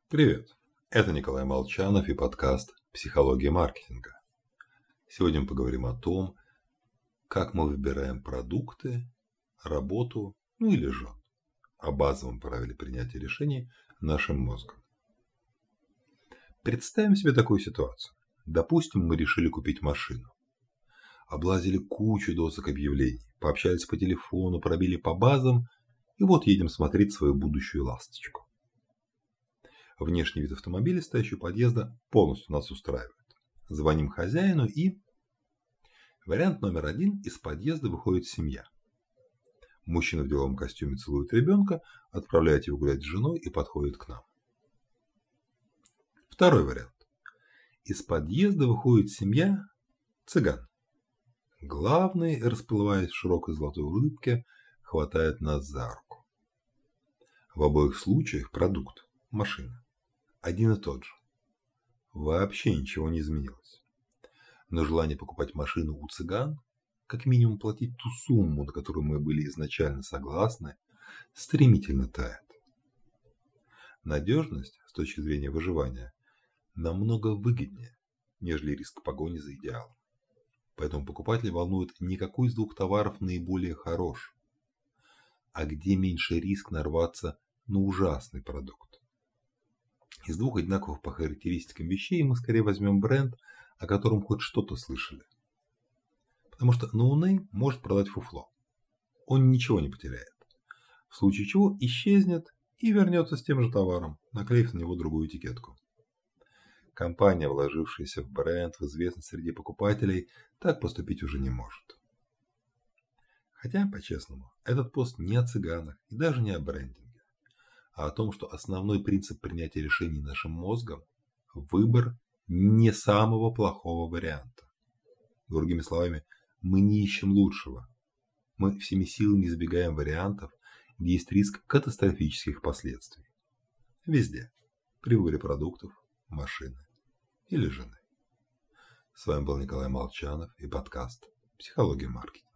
Привет! Это Николай Молчанов и подкаст «Психология маркетинга». Сегодня мы поговорим о том, как мы выбираем продукты, работу, или жен. О базовом правиле принятия решений нашим мозгом. Представим себе такую ситуацию. Допустим, мы решили купить машину. Облазили кучу досок объявлений, пообщались по телефону, пробили по базам, и вот едем смотреть свою будущую ласточку. Внешний вид автомобиля, стоящий у подъезда, полностью нас устраивает. Звоним хозяину и... Вариант номер 1. Из подъезда выходит семья. Мужчина в деловом костюме целует ребенка, отправляет его гулять с женой и подходит к нам. Второй вариант. Из подъезда выходит семья цыган. Главный, расплываясь в широкой золотой улыбке, хватает нас за руку. В обоих случаях продукт, машина, один и тот же. Вообще ничего не изменилось. Но желание покупать машину у цыган, как минимум платить ту сумму, на которую мы были изначально согласны, стремительно тает. Надежность, с точки зрения выживания, намного выгоднее, нежели риск погони за идеалом. Поэтому покупателя волнует не какой из двух товаров наиболее хорош, а где меньше риск нарваться на ужасный продукт. Из двух одинаковых по характеристикам вещей мы скорее возьмем бренд, о котором хоть что-то слышали. Потому что ноунейм может продать фуфло. Он ничего не потеряет. В случае чего исчезнет и вернется с тем же товаром, наклеив на него другую этикетку. Компания, вложившаяся в бренд, в известность среди покупателей, так поступить уже не может. Хотя, по-честному, этот пост не о цыганах и даже не о брендинге, а о том, что основной принцип принятия решений нашим мозгом – выбор не самого плохого варианта. Другими словами, мы не ищем лучшего. Мы всеми силами избегаем вариантов, где есть риск катастрофических последствий. Везде. При выборе продуктов, машины или жены. С вами был Николай Молчанов и подкаст «Психология маркетинга».